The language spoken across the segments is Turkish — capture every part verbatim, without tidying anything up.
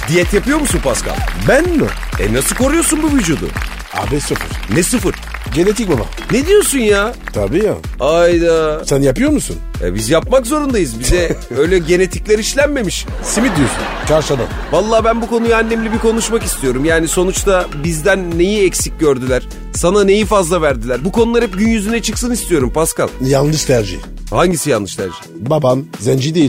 Diyet yapıyor musun Pascal? Ben mi? E nasıl koruyorsun bu vücudu? Abi sıfır. Ne sıfır? Genetik baba. Ne diyorsun ya? Tabii ya. Ayda. Sen yapıyor musun? E biz yapmak zorundayız. Bize öyle genetikler işlenmemiş. Simit diyorsun. Karşıdan. Vallahi ben bu konuyu annemle bir konuşmak istiyorum. Yani sonuçta bizden neyi eksik gördüler? Sana neyi fazla verdiler? Bu konular hep gün yüzüne çıksın istiyorum Pascal. Yanlış tercih. Hangisi yanlış tercih? Baban zenci değil.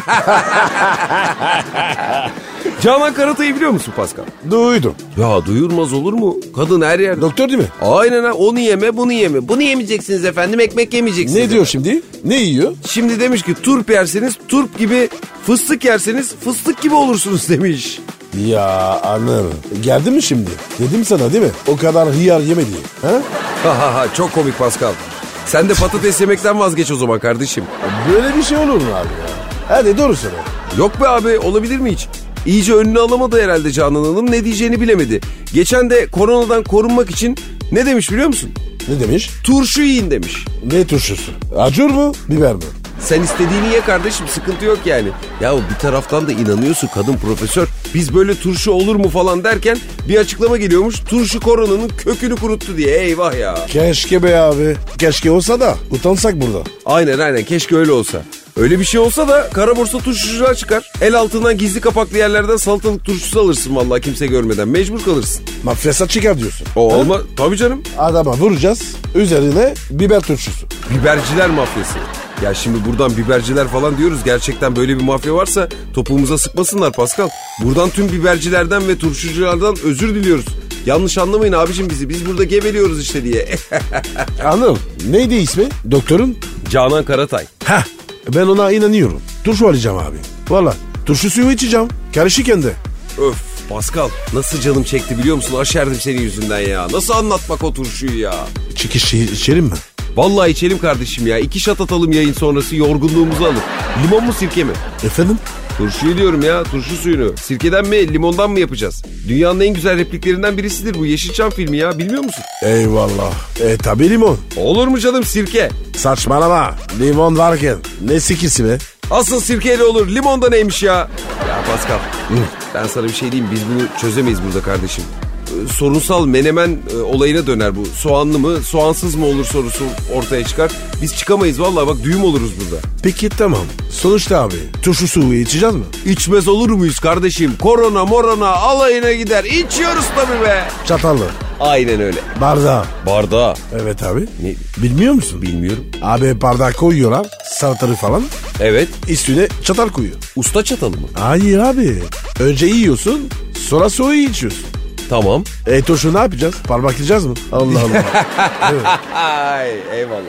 Canan Karatay'ı biliyor musun Pascal? Duydum. Ya duyulmaz olur mu? Kadın her yerde. Doktor değil mi? Aynen ha, onu yeme bunu yeme. Bunu yemeyeceksiniz efendim, ekmek yemeyeceksiniz. Ne diyor efendim. şimdi? Ne yiyor? Şimdi demiş ki turp yerseniz turp gibi, fıstık yerseniz fıstık gibi olursunuz demiş. Ya anam. Geldi mi şimdi? Dedim sana değil mi? O kadar hıyar yeme diye. Ha? Ha ha ha, çok komik Pascal. Sen de patates yemekten vazgeç o zaman kardeşim. Böyle bir şey olur mu abi ya? Hadi doğru söyle. Yok be abi, olabilir mi hiç? İyice önünü alamadı herhalde Canan Hanım, ne diyeceğini bilemedi. Geçen de koronadan korunmak için ne demiş biliyor musun? Ne demiş? Turşu yiyin demiş. Ne turşusu? Acur mu? Biber mi? Sen istediğini ye kardeşim, sıkıntı yok yani. Ya bir taraftan da inanıyorsun, kadın profesör. Biz böyle turşu olur mu falan derken bir açıklama geliyormuş. Turşu koronanın kökünü kuruttu diye, eyvah ya. Keşke be abi. Keşke olsa da utansak burada. Aynen aynen, keşke öyle olsa. Öyle bir şey olsa da kara borsa turşucular çıkar. El altından gizli kapaklı yerlerden salatalık turşusu alırsın vallahi, kimse görmeden. Mecbur kalırsın. Mafyasa çıkar diyorsun. O olma tabii canım. Adama vuracağız. Üzerine biber turşusu. Biberciler mafyası. Ya şimdi buradan biberciler falan diyoruz. Gerçekten böyle bir mafya varsa topuğumuza sıkmasınlar Pascal. Buradan tüm bibercilerden ve turşuculardan özür diliyoruz. Yanlış anlamayın abicim bizi. Biz burada gebeliyoruz işte diye. Anladım. Neydi ismi? Doktorun? Canan Karatay. Heh. Ben ona inanıyorum. Turşu alacağım abi. Valla. Turşu suyu içeceğim. Karışık de. Öf Pascal, nasıl canım çekti biliyor musun? Aşerdim senin yüzünden ya. Nasıl anlatmak o turşuyu ya? Çıkış içelim mi? Vallahi içelim kardeşim ya. İki şat atalım yayın sonrası, yorgunluğumuzu alır. Limon mu sirke mi? Efendim? Turşuyu diyorum ya, turşu suyunu. Sirkeden mi limondan mı yapacağız? Dünyanın en güzel repliklerinden birisidir bu Yeşilçam filmi ya, bilmiyor musun? Eyvallah. E tabi limon. Olur mu canım sirke? Saçmalama. Limon varken ne sikisi be? Asıl sirkeyle olur, limonda neymiş ya? Ya Pascal, Hı. ben sana bir şey diyeyim, biz bunu çözemeyiz burada kardeşim. Ee, sorunsal menemen e, olayına döner bu. Soğanlı mı, soğansız mı olur sorusu ortaya çıkar. Biz çıkamayız vallahi, bak düğüm oluruz burada. Peki tamam. Sonuçta abi turşu suyu içeceğiz mi? İçmez olur muyuz kardeşim? Korona morona alayına gider. İçiyoruz tabii be. Çatallı. Aynen öyle. Bardağı. Bardağı. Evet abi. Ne? Bilmiyor musun? Bilmiyorum. Abi bardağı koyuyorlar. Salatalı falan. Evet. Üstüne çatal koyuyor. Usta çatalı mı? Hayır abi. Önce yiyorsun. Sonra suyu içiyorsun. Tamam. E turşu ne yapacağız? Parmaklayacağız mı? Allah Allah. Evet. Ay eyvallah.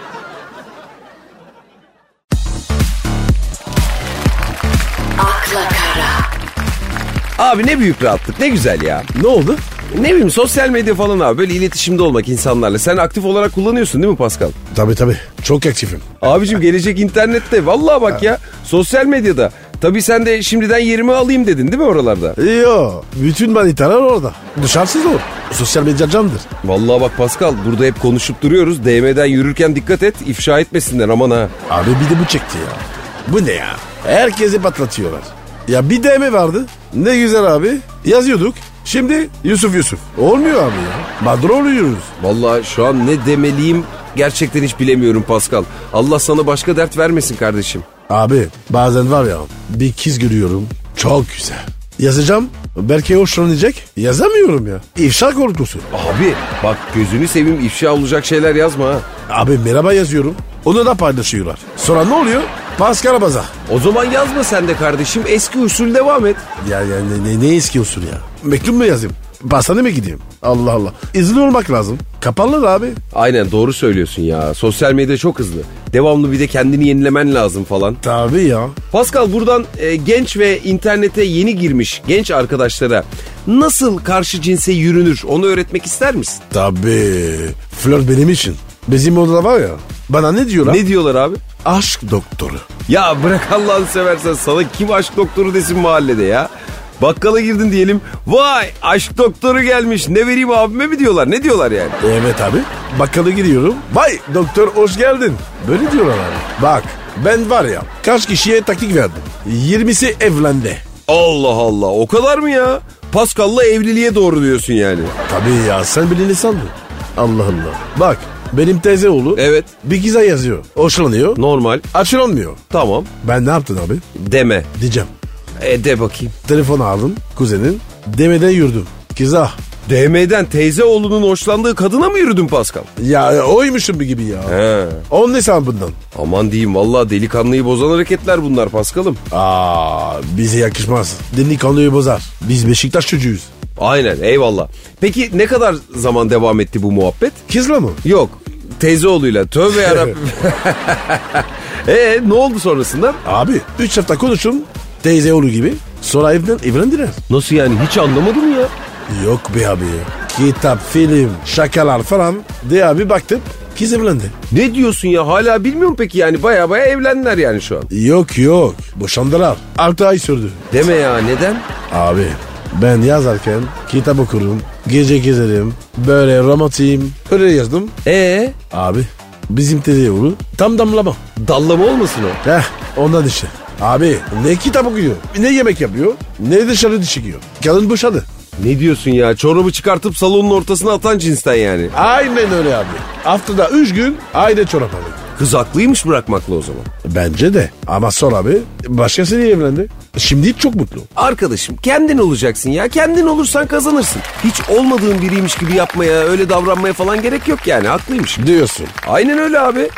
Akla Kara. Abi ne büyük rahatlık, ne güzel ya. Ne oldu? Ne bileyim, sosyal medya falan abi, böyle iletişimde olmak insanlarla. Sen aktif olarak kullanıyorsun değil mi Pascal? Tabii tabii. Çok aktifim. Abicim gelecek internette, vallahi bak ya, sosyal medyada. Tabii sen de şimdiden yerimi alayım dedin değil mi oralarda? Yo, bütün manitalar orada. Dışarısız olur. Sosyal medya candır. Vallahi bak Pascal, burada hep konuşup duruyoruz. D M'den yürürken dikkat et, ifşa etmesinler aman ha. Abi bir de bu çekti ya. Bu ne ya? Herkesi patlatıyorlar. Ya bir D M vardı. Ne güzel abi. Yazıyorduk. Şimdi Yusuf Yusuf. Olmuyor abi ya. Madro oluyoruz. Vallahi şu an ne demeliyim gerçekten hiç bilemiyorum Pascal. Allah sana başka dert vermesin kardeşim. Abi bazen var ya, bir kız görüyorum. Çok güzel. Yazacağım. Belki hoşlanacak. Yazamıyorum ya. İfşa korkusu. Abi bak gözünü seveyim, ifşa olacak şeyler yazma ha. Abi merhaba yazıyorum. Onu da paylaşıyorlar. Sonra ne oluyor? Pascal baza. O zaman yazma sen de kardeşim, eski usul devam et. Ya, ya ne, ne, ne eski usul ya? Mektup mu yazayım? Pastane mi gideyim? Allah Allah. İzli olmak lazım. Kapalı abi. Aynen doğru söylüyorsun ya. Sosyal medya çok hızlı. Devamlı bir de kendini yenilemen lazım falan. Tabii ya. Pascal buradan e, genç ve internete yeni girmiş genç arkadaşlara nasıl karşı cinse yürünür onu öğretmek ister misin? Tabii. Flört benim için. Bizim odada var ya. Bana ne diyorlar? Ne diyorlar abi? Aşk doktoru. Ya bırak Allah'ını seversen, sana kim aşk doktoru desin mahallede ya? Bakkala girdin diyelim. Vay aşk doktoru gelmiş, ne vereyim abime mi diyorlar? Ne diyorlar yani? Evet abi. Bakkala gidiyorum. Vay doktor hoş geldin. Böyle diyorlar abi. Bak ben var ya kaç kişiye taktik verdim. yirmisi evlendi. Allah Allah, o kadar mı ya? Pascal'la evliliğe doğru diyorsun yani. Tabii ya, sen bile ne sandın? Allah Allah. Bak, benim teyze oğlu Evet. bir kıza yazıyor. Hoşlanıyor. Normal. Açılamıyor. Tamam. Ben ne yaptın abi? Deme. Diyeceğim. E de bakayım. Telefonu aldım kuzenin. Demeden yürüdüm. Kıza. D M'den teyze oğlunun hoşlandığı kadına mı yürüdün Pascal? Ya oymuşum bir gibi ya. He. Onun hesabından. Aman diyeyim, vallahi delikanlıyı bozan hareketler bunlar Pascal'ım. Aa, bize yakışmaz. Delikanlıyı bozar. Biz Beşiktaş çocuğuyuz. Aynen, eyvallah. Peki ne kadar zaman devam etti bu muhabbet? Kızla mı? Yok, teyze oğluyla. Tövbe yarabbim. Eee ne oldu sonrasında? Abi üç hafta konuşun teyze oğlu gibi. Sonra evden evlendiler. Nasıl yani, hiç anlamadım ya. Yok be abi. Kitap, film, şakalar falan. De abi baktım kız evlendi. Ne diyorsun ya, hala bilmiyorum peki yani, baya baya evlendiler yani şu an. Yok yok boşandılar. altı ay sürdü. Deme ya, neden? Abi ben yazarken kitap okurum. Gece gezerim. Böyle romantiğim. Öyle yazdım. Ee, Abi bizim teyze oğlu tam damlama. dallama olmasın o? Heh ondan işte. Abi ne kitap okuyor, ne yemek yapıyor, ne dışarı çıkıyor. Kadın boşadı. Ne diyorsun ya, çorabı çıkartıp salonun ortasına atan cinsten yani. Aynen öyle abi. Haftada üç gün aynı çorap alıyor. Kız haklıymış bırakmakla o zaman. Bence de. Ama sonra abi başkasıyla evlendi. Şimdi çok mutlu. Arkadaşım, kendin olacaksın ya, kendin olursan kazanırsın. Hiç olmadığın biriymiş gibi yapmaya, öyle davranmaya falan gerek yok yani, haklıymış. Diyorsun. Aynen öyle abi.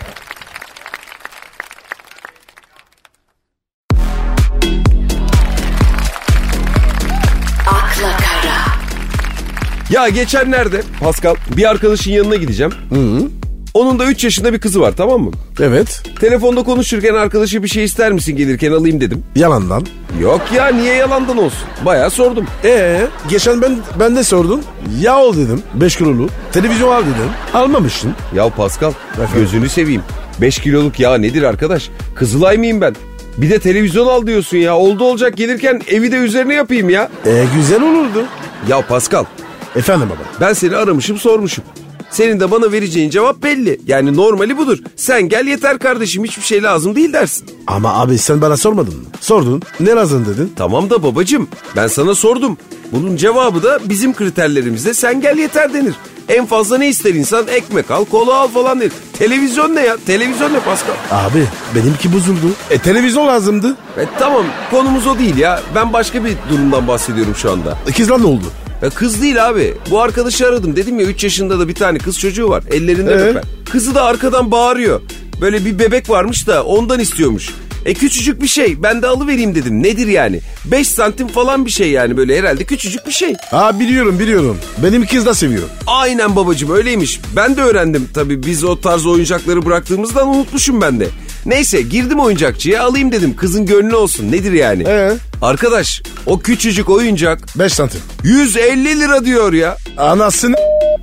Ya geçenlerde Pascal, bir arkadaşın yanına gideceğim. Hı hı. Onun da üç yaşında bir kızı var, tamam mı? Evet. Telefonda konuşurken arkadaşı bir şey ister misin gelirken alayım dedim. Yalandan. Yok ya, niye yalandan olsun? Bayağı sordum. Ee, geçen ben ben de sordum. Ya ol dedim. beş kilolu. Televizyon al dedim. Almamışsın. Ya Pascal, Efendim? gözünü seveyim. beş kiloluk yağ nedir arkadaş? Kızılay mıyım ben? Bir de televizyon al diyorsun ya. Oldu olacak gelirken evi de üzerine yapayım ya. E güzel olurdu. Ya Pascal, Efendim baba. ben seni aramışım sormuşum. Senin de bana vereceğin cevap belli. Yani normali budur. Sen gel yeter kardeşim, hiçbir şey lazım değil dersin. Ama abi sen bana sormadın mı? Sordun. Ne lazım dedin? Tamam da babacığım, ben sana sordum. Bunun cevabı da bizim kriterlerimizde sen gel yeter denir. En fazla ne ister insan? Ekmek al, kola al falan denir. Televizyon ne ya? Televizyon ne Pascal? Abi benimki bozuldu. E televizyon lazımdı. E tamam, konumuz o değil ya. Ben başka bir durumdan bahsediyorum şu anda. E, kızla ne oldu? Ya kız değil abi. Bu arkadaşı aradım. Dedim ya, üç yaşında da bir tane kız çocuğu var. Ellerinden Ee? öper. Kızı da arkadan bağırıyor. Böyle bir bebek varmış da ondan istiyormuş. E küçücük bir şey. Ben de alıvereyim dedim. Nedir yani? beş santim falan bir şey yani, böyle herhalde küçücük bir şey. Ha biliyorum biliyorum. Benim kız da seviyor. Aynen babacığım, öyleymiş. Ben de öğrendim tabii. Biz o tarz oyuncakları bıraktığımızdan unutmuşum ben de. Neyse, girdim oyuncakçıya, alayım dedim. Kızın gönlü olsun. Nedir yani? Ee? Arkadaş, o küçücük oyuncak beş santim. yüz elli lira diyor ya. Anasını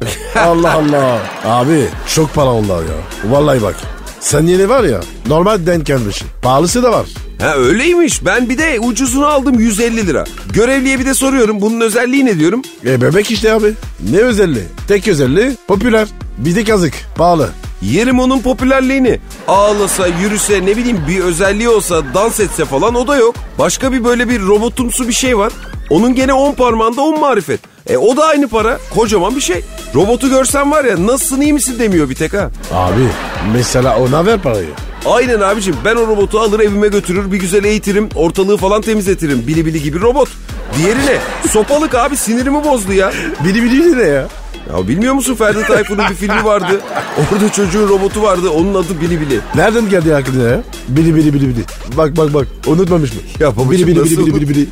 Allah Allah. Abi çok para onlar ya. Vallahi bak. Sen yeni var ya, normal denk gelmişsin. Pahalısı da var. Ha öyleymiş. Ben bir de ucuzunu aldım, yüz elli lira. Görevliye bir de soruyorum, bunun özelliği ne diyorum. E bebek işte abi. Ne özelliği? Tek özelliği popüler. Bir de kazık. Pahalı. Yerim onun popülerliğini. Ağlasa, yürüse, ne bileyim bir özelliği olsa, dans etse falan, o da yok. Başka bir böyle bir robotumsu bir şey var. Onun gene on parmağında on marifet. E o da aynı para. Kocaman bir şey. Robotu görsen var ya, nasılsın iyi misin demiyor bir tek ha. Abi mesela ona ver parayı. Aynen abicim, ben o robotu alır evime götürür, bir güzel eğitirim, ortalığı falan temizletirim. Bili bili gibi robot. Diğeri ne? Sopalık abi, sinirimi bozdu ya. Bili bili ne ya? Ya bilmiyor musun, Ferdi Tayfur'un bir filmi vardı. Orada çocuğun robotu vardı, onun adı Bili Bili. Nereden geldi aklına ya? Bili bili bili bili. Bak bak bak, unutmamış mı? Ya babacığım, bili bili nasıl bili bili bili.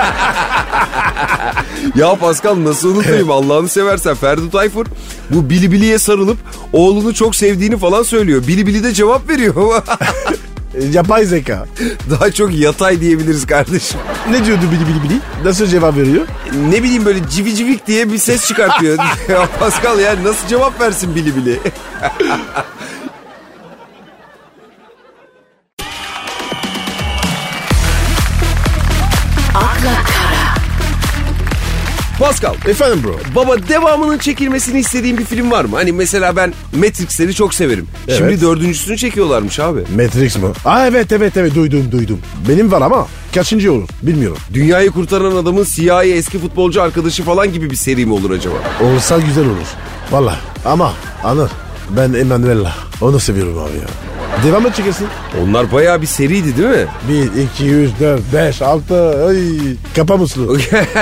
Ya Pascal, nasıl unutayım Allah'ını seversen. Ferdi Tayfur bu Bili Bili'ye sarılıp oğlunu çok sevdiğini falan söylüyor. Bili Bili de cevap veriyor. Yapay zeka. Daha çok yatay diyebiliriz kardeşim. Ne diyordu bili bili bili? Nasıl cevap veriyor? Ne bileyim, böyle civi civik diye bir ses çıkartıyor. Ya Pascal, yani nasıl cevap versin Bili Bili? Pascal. Efendim bro. Baba devamının çekilmesini istediğin bir film var mı? Hani mesela ben Matrix'leri çok severim. Evet. Şimdi dördüncüsünü çekiyorlarmış abi. Matrix mi? Aa evet evet evet duydum duydum. Benim var ama kaçıncı olur bilmiyorum. Dünyayı kurtaran adamın siyahi eski futbolcu arkadaşı falan gibi bir seri mi olur acaba? Olsa güzel olur. Valla ama Anır ben Emanuela onu seviyorum abi ya. Devam et çekersin. Onlar bayağı bir seriydi değil mi? bir, iki, üç, dört, beş, altı. Ay, kapa muslu.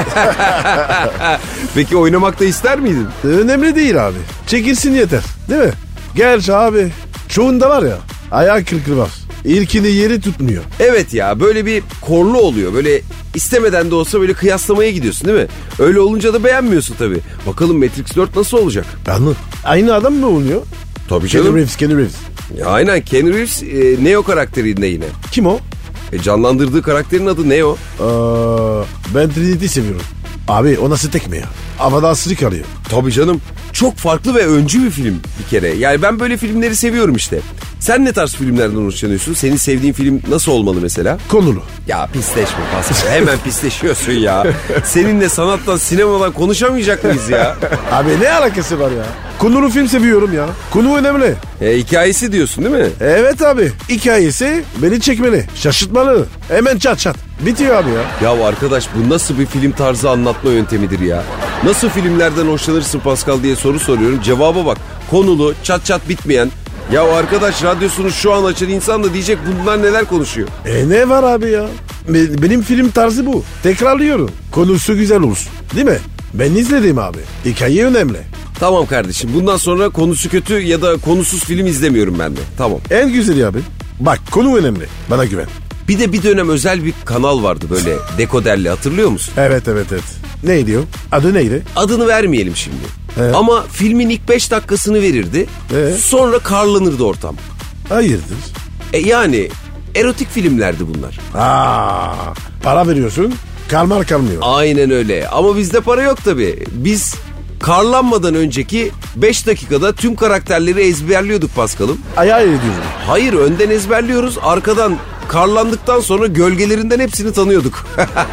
Peki oynamak da ister miydin? Önemli değil abi. Çekilsin yeter. Değil mi? Gerçi abi çoğunda var ya ayak kırkır var. İlkini yeri tutmuyor. Evet ya böyle bir korlu oluyor. Böyle istemeden de olsa böyle kıyaslamaya gidiyorsun değil mi? Öyle olunca da beğenmiyorsun tabii. Bakalım Matrix dört nasıl olacak? Anladın. Aynı adam mı oluyor? Tabii Keanu canım. Reeves, Keanu Reeves. Ya aynen Keanu Reeves e, Neo karakterinde yine. Kim o? E, canlandırdığı karakterin adı Neo. Ee, ben Trinity'yi seviyorum. Abi o nasıl tekme ya? Havada asırı kalıyor. Tabii canım. Çok farklı ve öncü bir film bir kere. Yani ben böyle filmleri seviyorum işte. Sen ne tarz filmlerden hoşlanıyorsun? Senin sevdiğin film nasıl olmalı mesela? Konulu. Ya pisleşme Pascal. Hemen pisleşiyorsun ya. Seninle sanattan, sinemadan konuşamayacak mıyız ya? Abi ne alakası var ya? Konulu film seviyorum ya. Konu önemli. E, hikayesi diyorsun değil mi? Evet abi. Hikayesi beni çekmeli. Şaşırtmalı. Hemen çat çat. Bitiyor abi ya. Ya arkadaş bu nasıl bir film tarzı anlatma yöntemidir ya? Nasıl filmlerden hoşlanırsın Pascal diye soru soruyorum. Cevaba bak. Konulu, çat çat bitmeyen. Ya arkadaş radyosunu şu an açan insan da diyecek bunlar neler konuşuyor. E ne var abi ya? Be- benim film tarzı bu. Tekrarlıyorum. Konusu güzel olsun. Değil mi? Ben izledim abi. Hikaye önemli. Tamam kardeşim bundan sonra konusu kötü ya da konusuz film izlemiyorum ben de. Tamam. En güzeli abi. Bak konu önemli. Bana güven. Bir de bir dönem özel bir kanal vardı böyle dekoderli hatırlıyor musun? Evet evet evet. Ne diyor? Adı neydi? Adını vermeyelim şimdi. Evet. Ama filmin ilk beş dakikasını verirdi. Evet. Sonra karlanırdı ortam. Hayırdır? E yani erotik filmlerdi bunlar. Aa, para veriyorsun. Kalmar kalmıyor. Aynen öyle ama bizde para yok tabii. Biz karlanmadan önceki beş dakikada tüm karakterleri ezberliyorduk Paskal'ım. Ayağı ediyorum. Hayır önden ezberliyoruz arkadan karlandıktan sonra gölgelerinden hepsini tanıyorduk.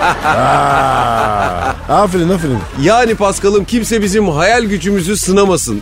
Aa, aferin aferin. Yani Paskal'ım kimse bizim hayal gücümüzü sınamasın.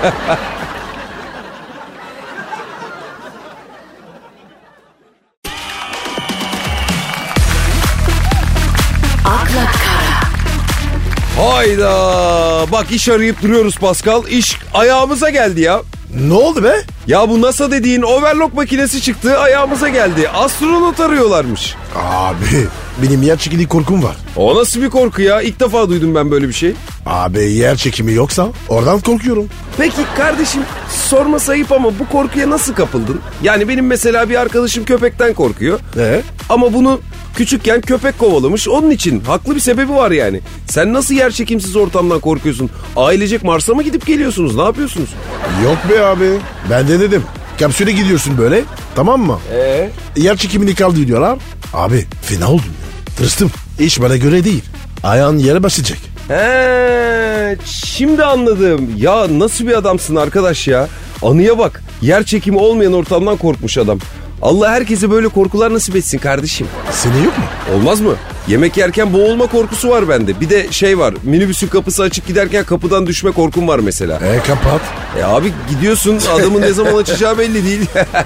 Akla Kara. Hayda bak iş arayıp duruyoruz Pascal. İş ayağımıza geldi ya. Ne oldu be? Ya bu NASA dediğin overlock makinesi çıktı ayağımıza geldi. Astronot arıyorlarmış. Abi benim yer çekimi korkum var. O nasıl bir korku ya? İlk defa duydum ben böyle bir şey. Abi yer çekimi yoksa oradan korkuyorum. Peki kardeşim sorma sayıp ama bu korkuya nasıl kapıldın? Yani benim mesela bir arkadaşım köpekten korkuyor. Ee? Ama bunu küçükken köpek kovalamış. Onun için haklı bir sebebi var yani. Sen nasıl yer çekimsiz ortamdan korkuyorsun? Ailecek Mars'a mı gidip geliyorsunuz? Ne yapıyorsunuz? Yok be abi. Ben de dedim. Kapsüle gidiyorsun böyle. Tamam mı? Ee? Yer çekimini kaldı diyorlar. Abi fena oldum ya. Tırstım. İş bana göre değil. Ayağın yere basacak. He, şimdi anladım. Ya nasıl bir adamsın arkadaş ya? Anıya bak. Yer çekimi olmayan ortamdan korkmuş adam. Allah herkese böyle korkular nasip etsin kardeşim. Senin yok mu? Olmaz mı? Yemek yerken boğulma korkusu var bende. Bir de şey var. Minibüsün kapısı açık giderken kapıdan düşme korkum var mesela. E kapat. E abi gidiyorsun adamın ne zaman açacağı belli değil.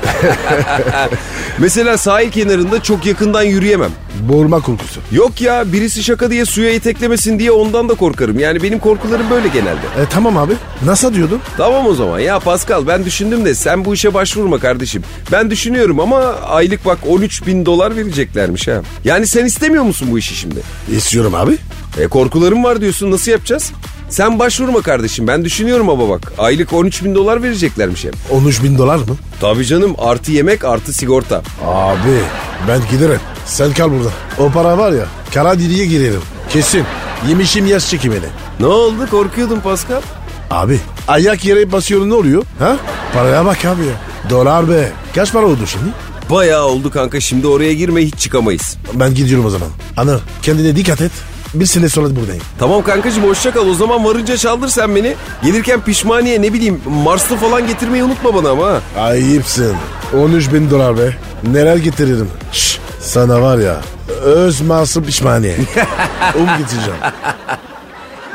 Mesela sahil kenarında çok yakından yürüyemem. Boğulma korkusu. Yok ya birisi şaka diye suya iteklemesin diye ondan da korkarım. Yani benim korkularım böyle genelde. E tamam abi. Nasıl diyordun? Tamam o zaman ya Pascal ben düşündüm de sen bu işe başvurma kardeşim. Ben düşünüyorum ama aylık bak on üç bin dolar vereceklermiş ha. Yani sen istemiyor musun bu işi şimdi? İstiyorum abi. E korkularım var diyorsun nasıl yapacağız? Sen başvurma kardeşim ben düşünüyorum ama bak aylık on üç bin dolar vereceklermiş hem. on üç bin dolar mı? Tabii canım artı yemek artı sigorta. Abi ben giderim. Sen kal burada. O para var ya kara deliğe girerim. Kesin. Yemişim yaş çekimini. Ne oldu korkuyordun Pascal? Abi ayak yere basıyorum ne oluyor? Ha? Paraya bak abi ya. Dolar be. Kaç para oldu şimdi? Bayağı oldu kanka şimdi oraya girme hiç çıkamayız. Ben gidiyorum o zaman. Ana kendine dikkat et. Bir sene sonra buradayım. Tamam kankacığım hoşça kal o zaman varınca çaldır sen beni. Gelirken pişmaniye ne bileyim Marslı falan getirmeyi unutma bana ama ha. Ayıpsın. on üç bin dolar be. Neler getiririm. Şş, sana var ya öz masum pişmaniye. Um getireceğim.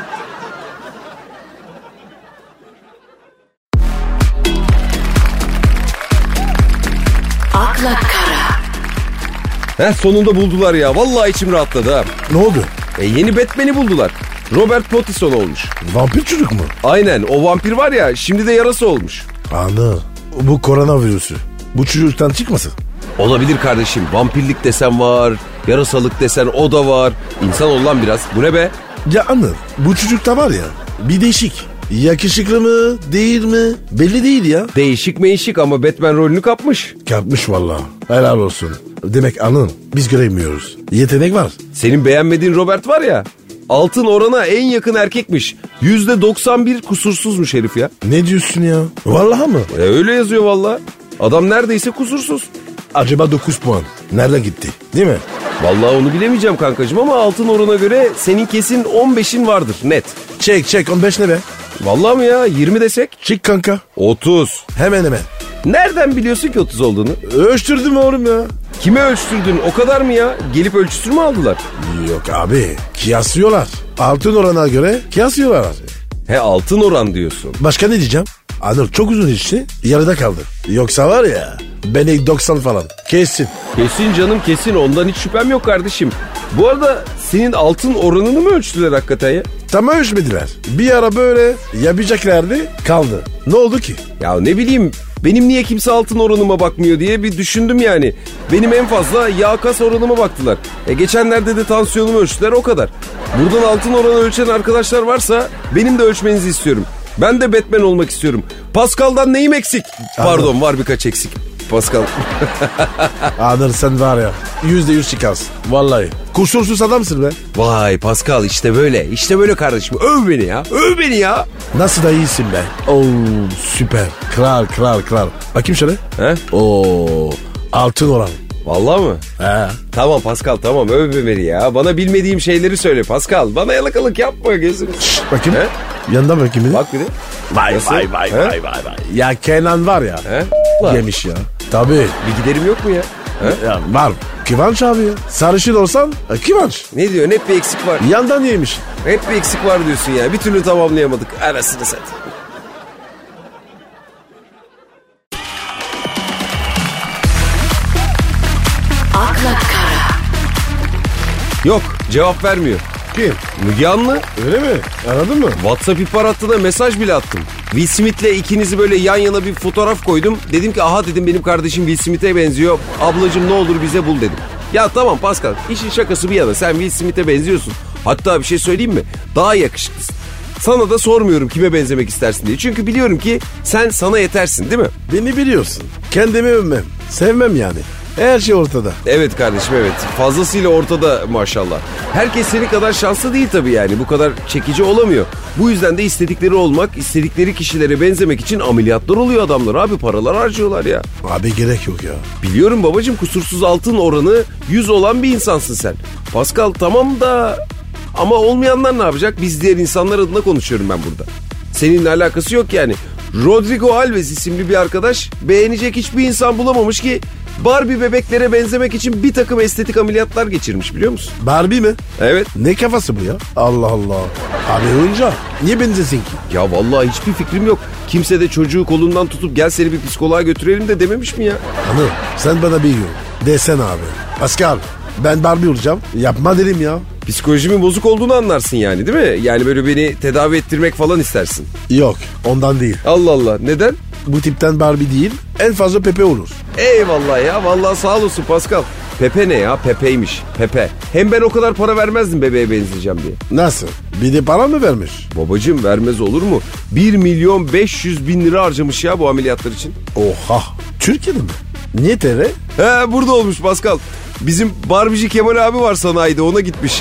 akla kara. Heh, sonunda buldular ya. Vallahi içim rahatladı ha. Ne oldu? E, yeni Batman'i buldular. Robert Pattinson olmuş. Vampir çocuk mu? Aynen, o vampir var ya, şimdi de yarası olmuş. Ana, bu koronavirüsü. Bu çocuktan çıkmasın. Olabilir kardeşim. Vampirlik desen var. Yarasalık desen o da var. İnsan ol lan biraz. Bu ne be? Ya anıl, bu çocukta var ya bir değişik. Yakışıklı mı değil mi belli değil ya. Değişik meşik ama Batman rolünü kapmış. Kapmış vallahi. Helal olsun. Demek anıl biz göremiyoruz. Yetenek var. Senin beğenmediğin Robert var ya, altın orana en yakın erkekmiş. yüzde doksan bir kusursuzmuş herif ya. Ne diyorsun ya? Vallahi mı? E, öyle yazıyor vallahi. Adam neredeyse kusursuz. Acaba dokuz puan. Nerede gitti? Değil mi? Vallahi onu bilemeyeceğim kankacığım ama altın orana göre senin kesin on beşin vardır net. Çek çek on beş ne be? Vallahi mi ya, yirmi desek? Çık kanka. otuz. Hemen hemen. Nereden biliyorsun ki otuz olduğunu? Ölçtürdüm oğlum ya. Kime ölçtürdün, o kadar mı ya? Gelip ölçüsünü mü aldılar? Yok abi. Kıyaslıyorlar. Altın orana göre kıyaslıyorlar. He, altın oran diyorsun. Başka ne diyeceğim? Anıl çok uzun içti. Yarıda kaldı. Yoksa var ya beni doksan falan. Kesin. Kesin canım, kesin, ondan hiç şüphem yok kardeşim. Bu arada senin altın oranını mı ölçtüler hakikaten ya? Tam ölçmediler. Bir ara böyle yapacaklardı kaldı. Ne oldu ki? Ya ne bileyim, benim niye kimse altın oranıma bakmıyor diye bir düşündüm yani. Benim en fazla yağ kas oranıma baktılar. E geçenlerde de tansiyonumu ölçtüler, o kadar. Buradan altın oranı ölçen arkadaşlar varsa benim de ölçmenizi istiyorum. Ben de Batman olmak istiyorum. Pascal'dan neyim eksik? Pardon, var birkaç eksik. Pascal. Anır sen var ya yüzde yüz çıkarsın. Vallahi. Kusursuz adamsın be. Vay Pascal, işte böyle. İşte böyle kardeşim. Öv beni ya. Öv beni ya. Nasıl da iyisin be. Oo süper. Kral kral kral. Bakayım şöyle. He? Oo altın oran. Vallahi mı? He. Tamam Pascal, tamam, övme beni ya. Bana bilmediğim şeyleri söyle Pascal. Bana yalakalık yapma gözüm. Şşt, bakayım. He? Yandan bakayım bir de. Bak bir de. Vay Nasıl? vay vay He? vay vay vay. Ya Kenan var ya. He? Yemiş ya. Tabii. Bir giderim yok mu ya? He? Ya var. Kıvanç abi ya. Sarışın olsan e, Kıvanç. Ne diyorsun? Hep bir eksik var. Yandan yemiş. Hep bir eksik var diyorsun ya. Bir türlü tamamlayamadık. Arasını sat. Akla kara. Yok, cevap vermiyor. Kim? Müge Anlı. Öyle mi? Aradın mı? WhatsApp ihbar hattına mesaj bile attım. Will Smith'le ikinizi böyle yan yana bir fotoğraf koydum. Dedim ki aha dedim, benim kardeşim Will Smith'e benziyor. Ablacığım ne olur bize bul dedim. Ya tamam Pascal, işin şakası bir yana, sen Will Smith'e benziyorsun. Hatta bir şey söyleyeyim mi? Daha yakışıklısın. Sana da sormuyorum kime benzemek istersin diye. Çünkü biliyorum ki sen sana yetersin, değil mi? Beni biliyorsun. Kendimi övmem. Sevmem yani. Her şey ortada. Evet kardeşim, evet. Fazlasıyla ortada maşallah. Herkes senin kadar şanslı değil tabii yani. Bu kadar çekici olamıyor. Bu yüzden de istedikleri olmak, istedikleri kişilere benzemek için ameliyatlar oluyor adamlar. Abi paralar harcıyorlar ya. Abi gerek yok ya. Biliyorum babacığım, kusursuz altın oranı yüz olan bir insansın sen. Pascal tamam da ama olmayanlar ne yapacak? Biz diğer insanlar adına konuşuyorum ben burada. Seninle alakası yok yani. Rodrigo Alves isimli bir arkadaş beğenecek hiçbir insan bulamamış ki Barbie bebeklere benzemek için bir takım estetik ameliyatlar geçirmiş, biliyor musun? Barbie mi? Evet. Ne kafası bu ya? Allah Allah. Abi oyuncak. Niye benzesin ki? Ya vallahi hiçbir fikrim yok. Kimse de çocuğu kolundan tutup gel seni bir psikoloğa götürelim de dememiş mi ya? Hanım sen bana bir gün desen abi. Pascal ben Barbie olacağım. Yapma derim ya. Psikolojimin bozuk olduğunu anlarsın yani, değil mi? Yani böyle beni tedavi ettirmek falan istersin. Yok ondan değil. Allah Allah, neden? Bu tipten Barbie değil en fazla Pepe olur. Eyvallah ya, vallahi sağ olasın Pascal. Pepe ne ya? Pepe'ymiş. Pepe. Hem ben o kadar para vermezdim bebeğe benzeyeceğim diye. Nasıl? Bir de para mı vermiş? Babacığım vermez olur mu? bir milyon beş yüz bin lira harcamış ya bu ameliyatlar için. Oha. Türkiye'de mi? Niye T R? He, burada olmuş Pascal. Bizim Barbici Kemal abi var sanayide, ona gitmiş.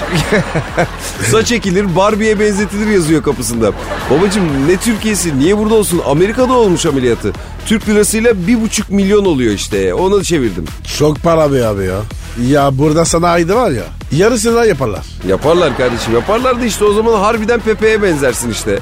Saç ekilir, Barbie'ye benzetilir yazıyor kapısında. Babacığım ne Türkiye'si, niye burada olsun? Amerika'da olmuş ameliyatı. Türk lirasıyla bir buçuk milyon oluyor işte. Onu çevirdim. Çok para be abi ya. Ya burada sanayide var ya yarısını yaparlar. Yaparlar kardeşim, yaparlar da işte o zaman harbiden Pepe'ye benzersin işte.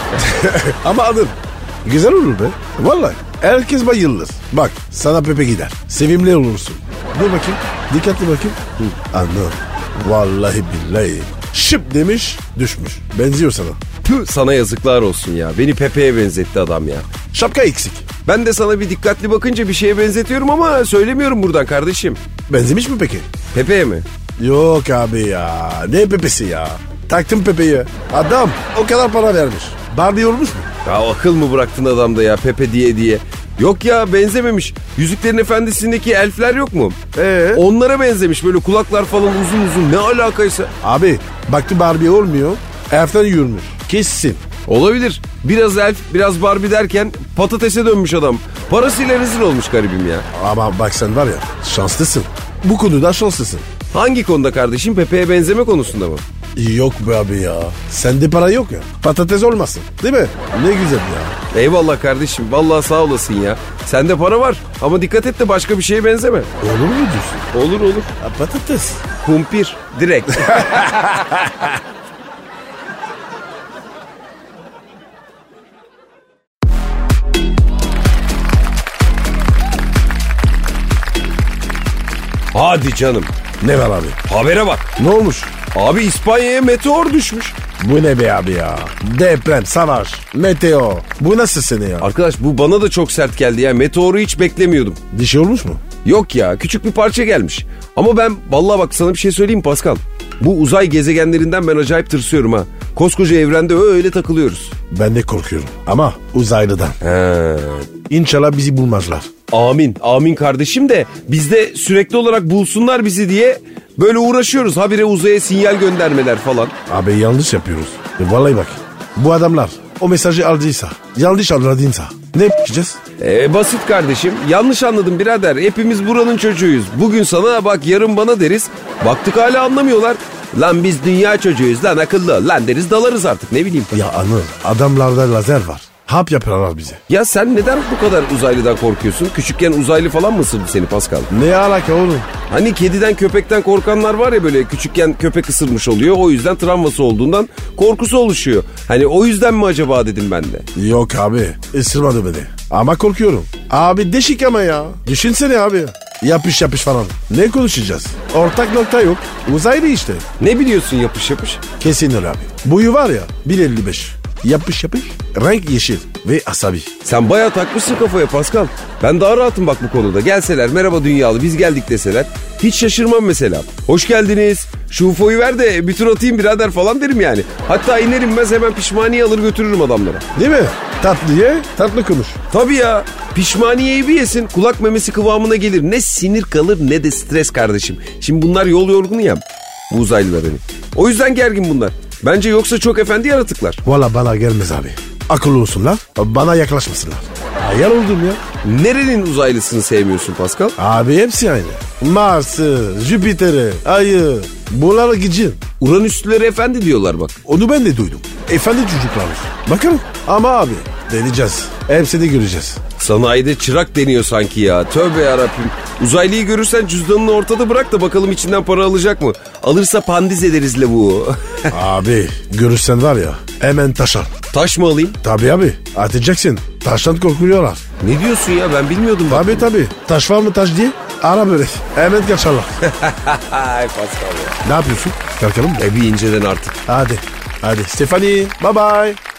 Ama adım güzel olur be. Vallahi herkes bayılır. Bak sana Pepe gider. Sevimli olursun. Dur bakayım. Dikkatli bakayım. Hı. Anladım. Vallahi billahi. Şıp demiş düşmüş. Benziyor sana. Tüh, sana yazıklar olsun ya. Beni Pepe'ye benzetti adam ya. Şapka eksik. Ben de sana bir dikkatli bakınca bir şeye benzetiyorum ama söylemiyorum buradan kardeşim. Benzemiş mi peki? Pepe'ye mi? Yok abi ya. Ne Pepe'si ya? Taktım Pepe'yi. Adam o kadar para vermiş. Barbie olmuş mu? Ya akıl mı bıraktın adamda ya Pepe diye diye. Yok ya benzememiş. Yüzüklerin Efendisi'ndeki elfler yok mu? Ee? Onlara benzemiş böyle kulaklar falan uzun uzun ne alakaysa. Abi baktı Barbie olmuyor. Elften yürümüş. Kesin. Olabilir. Biraz elf biraz Barbie derken patatese dönmüş adam. Parasıyla rezil olmuş garibim ya. Ama bak sen var ya şanslısın. Bu konuda şanslısın. Hangi konuda kardeşim? Pepe'ye benzeme konusunda mı? Yok be abi ya. Sende para yok ya. Patates olmasın. Değil mi? Ne güzel ya. Eyvallah kardeşim. Vallahi sağ olasın ya. Sende para var ama dikkat et de başka bir şeye benzeme. Olur mu diyorsun? Olur olur. Ha, patates. Kumpir. Direkt. Hadi canım. Ne var abi? Habere bak. Ne olmuş? Abi İspanya'ya meteor düşmüş. Bu ne be abi ya? Deprem, savaş, meteo. Bu nasıl sene ya? Arkadaş bu bana da çok sert geldi ya. Meteoru hiç beklemiyordum. Bir şey olmuş mu? Yok ya küçük bir parça gelmiş. Ama ben vallahi bak sana bir şey söyleyeyim mi Pascal? Bu uzay gezegenlerinden ben acayip tırsıyorum ha. Koskoca evrende öyle takılıyoruz. Ben de korkuyorum. Ama uzaylıdan. He. İnşallah bizi bulmazlar. Amin. Amin kardeşim de biz de sürekli olarak bulsunlar bizi diye böyle uğraşıyoruz. Habire uzaya sinyal göndermeler falan. Abi yanlış yapıyoruz. E, vallahi bak. Bu adamlar o mesajı aldıysa, yanlış anladıysa ne yapacağız? Ee, basit kardeşim. Yanlış anladım birader. Hepimiz buranın çocuğuyuz. Bugün sana bak yarın bana deriz. Baktık hala anlamıyorlar. Lan biz dünya çocuğuyuz lan akıllı. Lan deriz dalarız artık ne bileyim. Ya Anıl adamlarda lazer var. Hap yapıyorlar bize. Ya sen neden bu kadar uzaylıdan korkuyorsun? Küçükken uzaylı falan mı ısırdı seni Pascal? Ne alaka oğlum? Hani kediden köpekten korkanlar var ya böyle küçükken köpek ısırmış oluyor. O yüzden travması olduğundan korkusu oluşuyor. Hani o yüzden mi acaba dedim ben de. Yok abi ısırmadı beni. Ama korkuyorum. Abi deşik ama ya. Düşünsene abi. Yapış yapış falan. Ne konuşacağız? Ortak nokta yok. Uzaylı işte. Ne biliyorsun yapış yapış? Kesin öyle abi. Boyu var ya bir elli beş. Yapış yapış. Renk yeşil ve asabi. Sen bayağı takmışsın kafaya Pascal. Ben daha rahatım bak bu konuda. Gelseler merhaba dünyalı biz geldik deseler. Hiç şaşırmam mesela. Hoş geldiniz. Şu U F O'yu ver de bir tur atayım birader falan derim yani. Hatta iner inmez hemen pişmaniye alır götürürüm adamlara. Değil mi? Tatlı ye, tatlı konuş. Tabii ya. Pişmaniyeyi bir yesin kulak memesi kıvamına gelir. Ne sinir kalır ne de stres kardeşim. Şimdi bunlar yol yorgunu ya. Bu uzaylılar hani. O yüzden gergin bunlar. Bence yoksa çok efendi yaratıklar. Valla bana gelmez abi. Akıllı olsunlar, bana yaklaşmasınlar. Hayal oldum ya. Nerenin uzaylısını sevmiyorsun Pascal? Abi hepsi aynı. Mars'ı, Jüpiter'i, Ay'ı. Bunlara gideceğim. Uranüslülere efendi diyorlar bak. Onu ben de duydum. Efendi çocuklarmış. Bakalım. Ama abi deneyeceğiz. Hepsini göreceğiz. Sanayide çırak deniyor sanki ya. Tövbe yarabbim. Uzaylıyı görürsen cüzdanını ortada bırak da bakalım içinden para alacak mı? Alırsa pandiz ederiz bu. Abi görürsen var ya hemen taşan. Taş mı alayım? Tabii abi atacaksın. Taştan korkuyorlar. Ne diyorsun ya ben bilmiyordum. Tabii tabii. Taş var mı taş diye ara böyle. Hemen kaçarlar. Ay Pascal ya. Ne yapıyorsun? Kalkalım mı? E bir inceden artık. Hadi. Hadi Stefani. Bye bye.